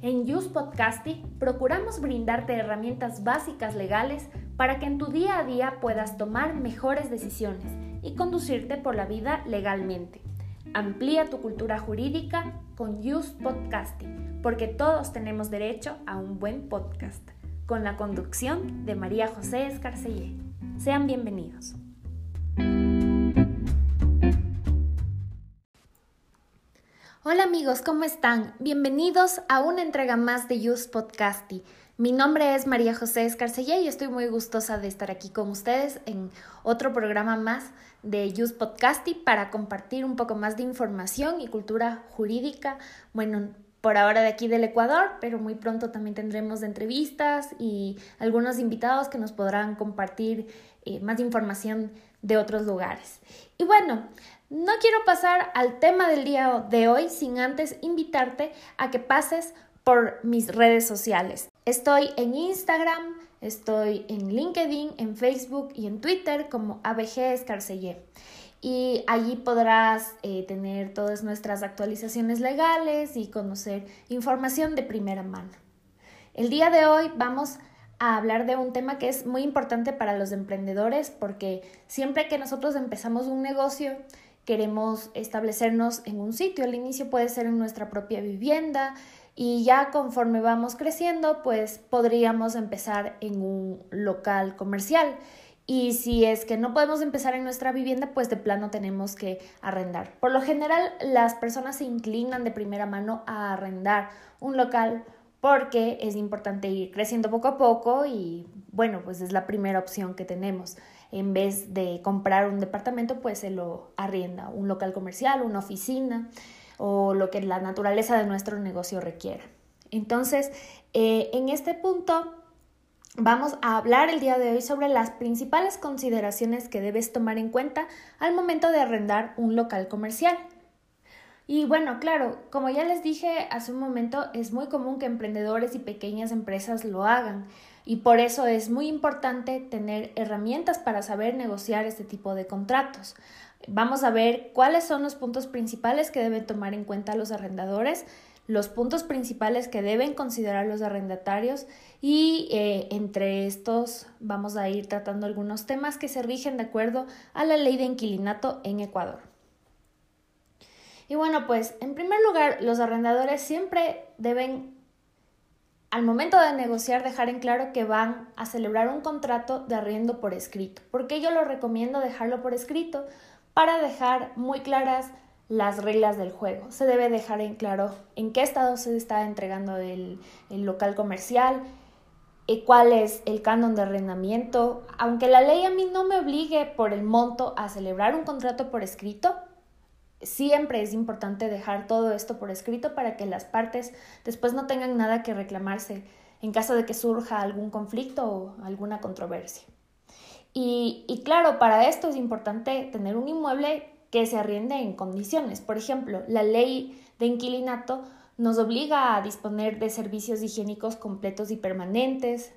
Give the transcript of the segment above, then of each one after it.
En Just Podcasty procuramos brindarte herramientas básicas legales para que en tu día a día puedas tomar mejores decisiones y conducirte por la vida legalmente. Amplía tu cultura jurídica con Just Podcasty, porque todos tenemos derecho a un buen podcast. Con la conducción de María José Escarcellé. Sean bienvenidos. Hola amigos, ¿cómo están? Bienvenidos a una entrega más de Just Podcasty. Mi nombre es María José Escarcellé y estoy muy gustosa de estar aquí con ustedes en otro programa más de Just Podcasty para compartir un poco más de información y cultura jurídica. Bueno, por ahora de aquí del Ecuador, pero muy pronto también tendremos entrevistas y algunos invitados que nos podrán compartir más información de otros lugares. Y bueno, no quiero pasar al tema del día de hoy sin antes invitarte a que pases por mis redes sociales. Estoy en Instagram, estoy en LinkedIn, en Facebook y en Twitter como ABG Escarcellé. Y allí podrás tener todas nuestras actualizaciones legales y conocer información de primera mano. El día de hoy vamos a hablar de un tema que es muy importante para los emprendedores porque siempre que nosotros empezamos un negocio queremos establecernos en un sitio. Al inicio puede ser en nuestra propia vivienda y ya conforme vamos creciendo pues podríamos empezar en un local comercial. Y si es que no podemos empezar en nuestra vivienda, pues de plano tenemos que arrendar. Por lo general, las personas se inclinan de primera mano a arrendar un local porque es importante ir creciendo poco a poco y bueno, pues es la primera opción que tenemos. En vez de comprar un departamento, pues se lo arrienda, un local comercial, una oficina o lo que la naturaleza de nuestro negocio requiera. Entonces, en este punto vamos a hablar el día de hoy sobre las principales consideraciones que debes tomar en cuenta al momento de arrendar un local comercial. Y bueno, claro, como ya les dije hace un momento, es muy común que emprendedores y pequeñas empresas lo hagan y por eso es muy importante tener herramientas para saber negociar este tipo de contratos. Vamos a ver cuáles son los puntos principales que deben tomar en cuenta los arrendadores, los puntos principales que deben considerar los arrendatarios y entre estos vamos a ir tratando algunos temas que se rigen de acuerdo a la ley de inquilinato en Ecuador. Y bueno, pues en primer lugar, los arrendadores siempre deben, al momento de negociar, dejar en claro que van a celebrar un contrato de arriendo por escrito. ¿Por qué yo lo recomiendo dejarlo por escrito? Para dejar muy claras las reglas del juego. Se debe dejar en claro en qué estado se está entregando el local comercial, cuál es el canon de arrendamiento. Aunque la ley a mí no me obligue por el monto a celebrar un contrato por escrito, siempre es importante dejar todo esto por escrito para que las partes después no tengan nada que reclamarse en caso de que surja algún conflicto o alguna controversia. Y claro, para esto es importante tener un inmueble que se arriende en condiciones. Por ejemplo, la ley de inquilinato nos obliga a disponer de servicios higiénicos completos y permanentes.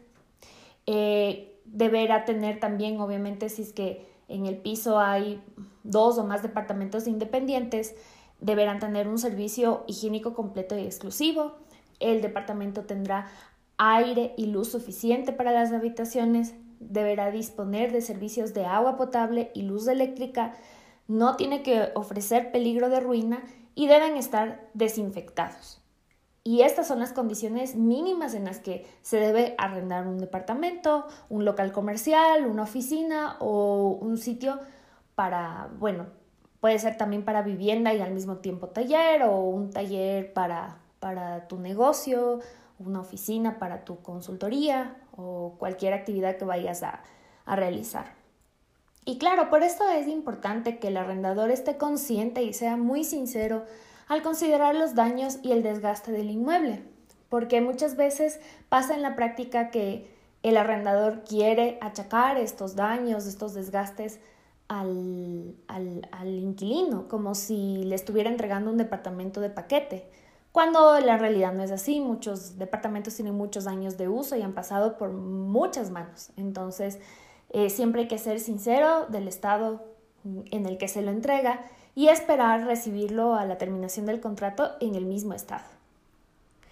Deberá tener también, obviamente, si es que en el piso hay 2 o más departamentos independientes, deberán tener un servicio higiénico completo y exclusivo. El departamento tendrá aire y luz suficiente para las habitaciones. Deberá disponer de servicios de agua potable y luz eléctrica. No tiene que ofrecer peligro de ruina y deben estar desinfectados. Y estas son las condiciones mínimas en las que se debe arrendar un departamento, un local comercial, una oficina o un sitio para, bueno, puede ser también para vivienda y al mismo tiempo taller o un taller para tu negocio, una oficina para tu consultoría o cualquier actividad que vayas a realizar. Y claro, por esto es importante que el arrendador esté consciente y sea muy sincero al considerar los daños y el desgaste del inmueble, porque muchas veces pasa en la práctica que el arrendador quiere achacar estos daños, estos desgastes al inquilino, como si le estuviera entregando un departamento de paquete, cuando la realidad no es así. Muchos departamentos tienen muchos años de uso y han pasado por muchas manos. Entonces, siempre hay que ser sincero del estado en el que se lo entrega y esperar recibirlo a la terminación del contrato en el mismo estado.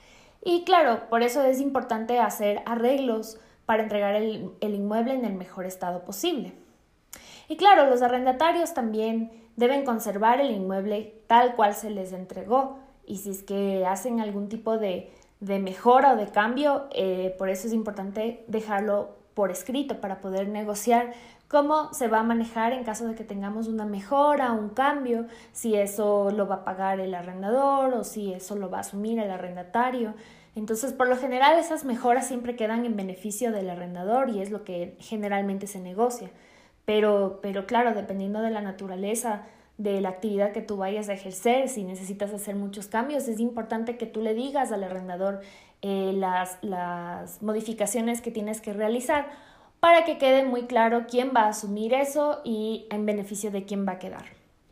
Y claro, por eso es importante hacer arreglos para entregar el inmueble en el mejor estado posible. Y claro, los arrendatarios también deben conservar el inmueble tal cual se les entregó. Y si es que hacen algún tipo de mejora o de cambio, por eso es importante dejarlo por escrito para poder negociar cómo se va a manejar en caso de que tengamos una mejora, un cambio, si eso lo va a pagar el arrendador o si eso lo va a asumir el arrendatario. Entonces, por lo general, esas mejoras siempre quedan en beneficio del arrendador y es lo que generalmente se negocia. Pero claro, dependiendo de la naturaleza de la actividad que tú vayas a ejercer, si necesitas hacer muchos cambios, es importante que tú le digas al arrendador las modificaciones que tienes que realizar para que quede muy claro quién va a asumir eso y en beneficio de quién va a quedar.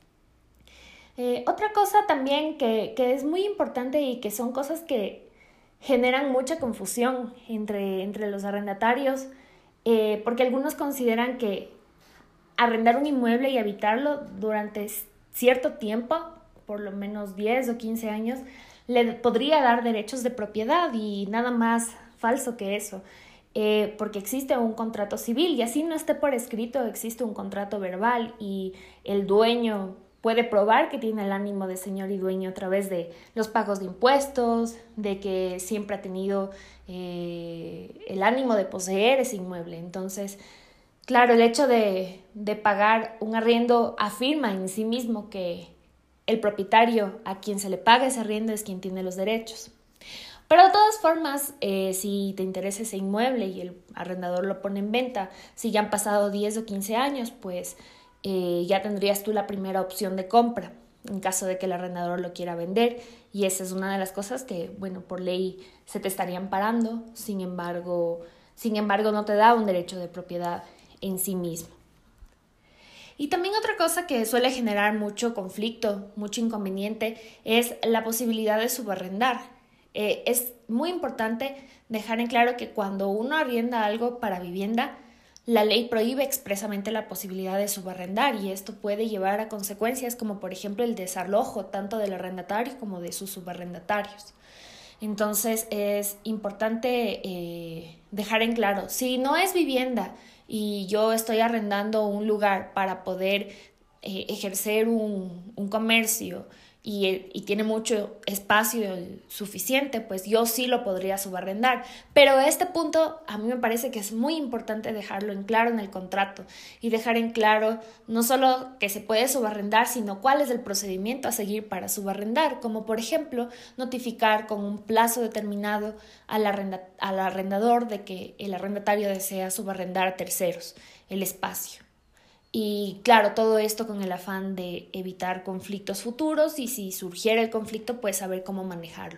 Otra cosa también que es muy importante y que son cosas que generan mucha confusión entre los arrendatarios, porque algunos consideran que arrendar un inmueble y habitarlo durante cierto tiempo, por lo menos 10 o 15 años, le podría dar derechos de propiedad y nada más falso que eso, porque existe un contrato civil y así no esté por escrito, existe un contrato verbal y el dueño puede probar que tiene el ánimo de señor y dueño a través de los pagos de impuestos, de que siempre ha tenido el ánimo de poseer ese inmueble. Entonces, claro, el hecho de pagar un arriendo afirma en sí mismo que el propietario a quien se le paga ese arriendo es quien tiene los derechos. Pero de todas formas, si te interesa ese inmueble y el arrendador lo pone en venta, si ya han pasado 10 o 15 años, pues ya tendrías tú la primera opción de compra en caso de que el arrendador lo quiera vender. Y esa es una de las cosas que, bueno, por ley se te estarían parando, sin embargo no te da un derecho de propiedad en sí mismo. Y también otra cosa que suele generar mucho conflicto, mucho inconveniente, es la posibilidad de subarrendar. Es muy importante dejar en claro que cuando uno arrienda algo para vivienda, la ley prohíbe expresamente la posibilidad de subarrendar y esto puede llevar a consecuencias como por ejemplo el desalojo tanto del arrendatario como de sus subarrendatarios. Entonces es importante dejar en claro, si no es vivienda y yo estoy arrendando un lugar para poder ejercer un comercio y tiene mucho espacio suficiente, pues yo sí lo podría subarrendar. Pero este punto a mí me parece que es muy importante dejarlo en claro en el contrato y dejar en claro no solo que se puede subarrendar, sino cuál es el procedimiento a seguir para subarrendar, como por ejemplo notificar con un plazo determinado al arrendador de que el arrendatario desea subarrendar a terceros el espacio. Y claro, todo esto con el afán de evitar conflictos futuros y si surgiera el conflicto, pues saber cómo manejarlo.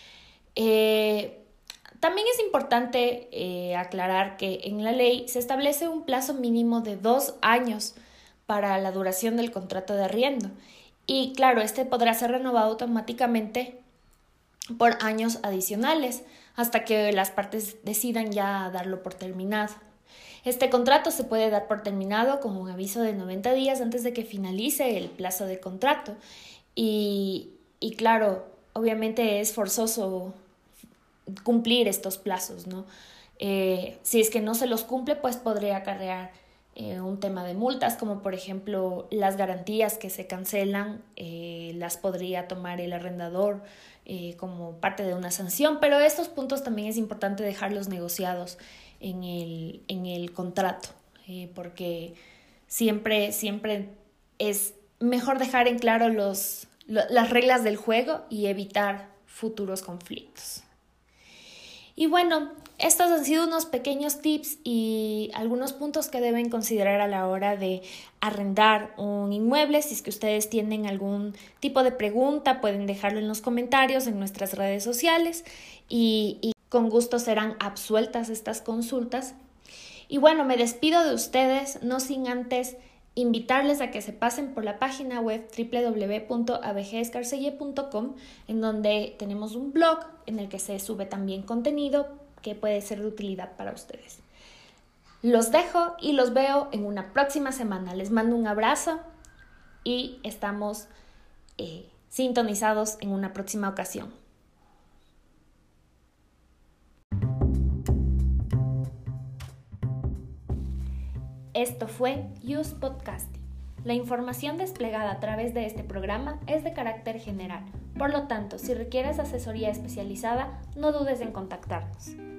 También es importante aclarar que en la ley se establece un plazo mínimo de 2 años para la duración del contrato de arriendo. Y claro, este podrá ser renovado automáticamente por años adicionales hasta que las partes decidan ya darlo por terminado. Este contrato se puede dar por terminado con un aviso de 90 días antes de que finalice el plazo de contrato. Y claro, obviamente es forzoso cumplir estos plazos, ¿no? Si es que no se los cumple, pues podría acarrear un tema de multas, como por ejemplo las garantías que se cancelan, las podría tomar el arrendador como parte de una sanción, pero estos puntos también es importante dejarlos negociados en el contrato, porque siempre es mejor dejar en claro las reglas del juego y evitar futuros conflictos. Y bueno, estos han sido unos pequeños tips y algunos puntos que deben considerar a la hora de arrendar un inmueble. Si es que ustedes tienen algún tipo de pregunta, pueden dejarlo en los comentarios en nuestras redes sociales y con gusto serán absueltas estas consultas. Y bueno, me despido de ustedes, no sin antes invitarles a que se pasen por la página web www.abgescarcelle.com, en donde tenemos un blog en el que se sube también contenido que puede ser de utilidad para ustedes. Los dejo y los veo en una próxima semana. Les mando un abrazo y estamos sintonizados en una próxima ocasión. Esto fue Use Podcasting. La información desplegada a través de este programa es de carácter general. Por lo tanto, si requieres asesoría especializada, no dudes en contactarnos.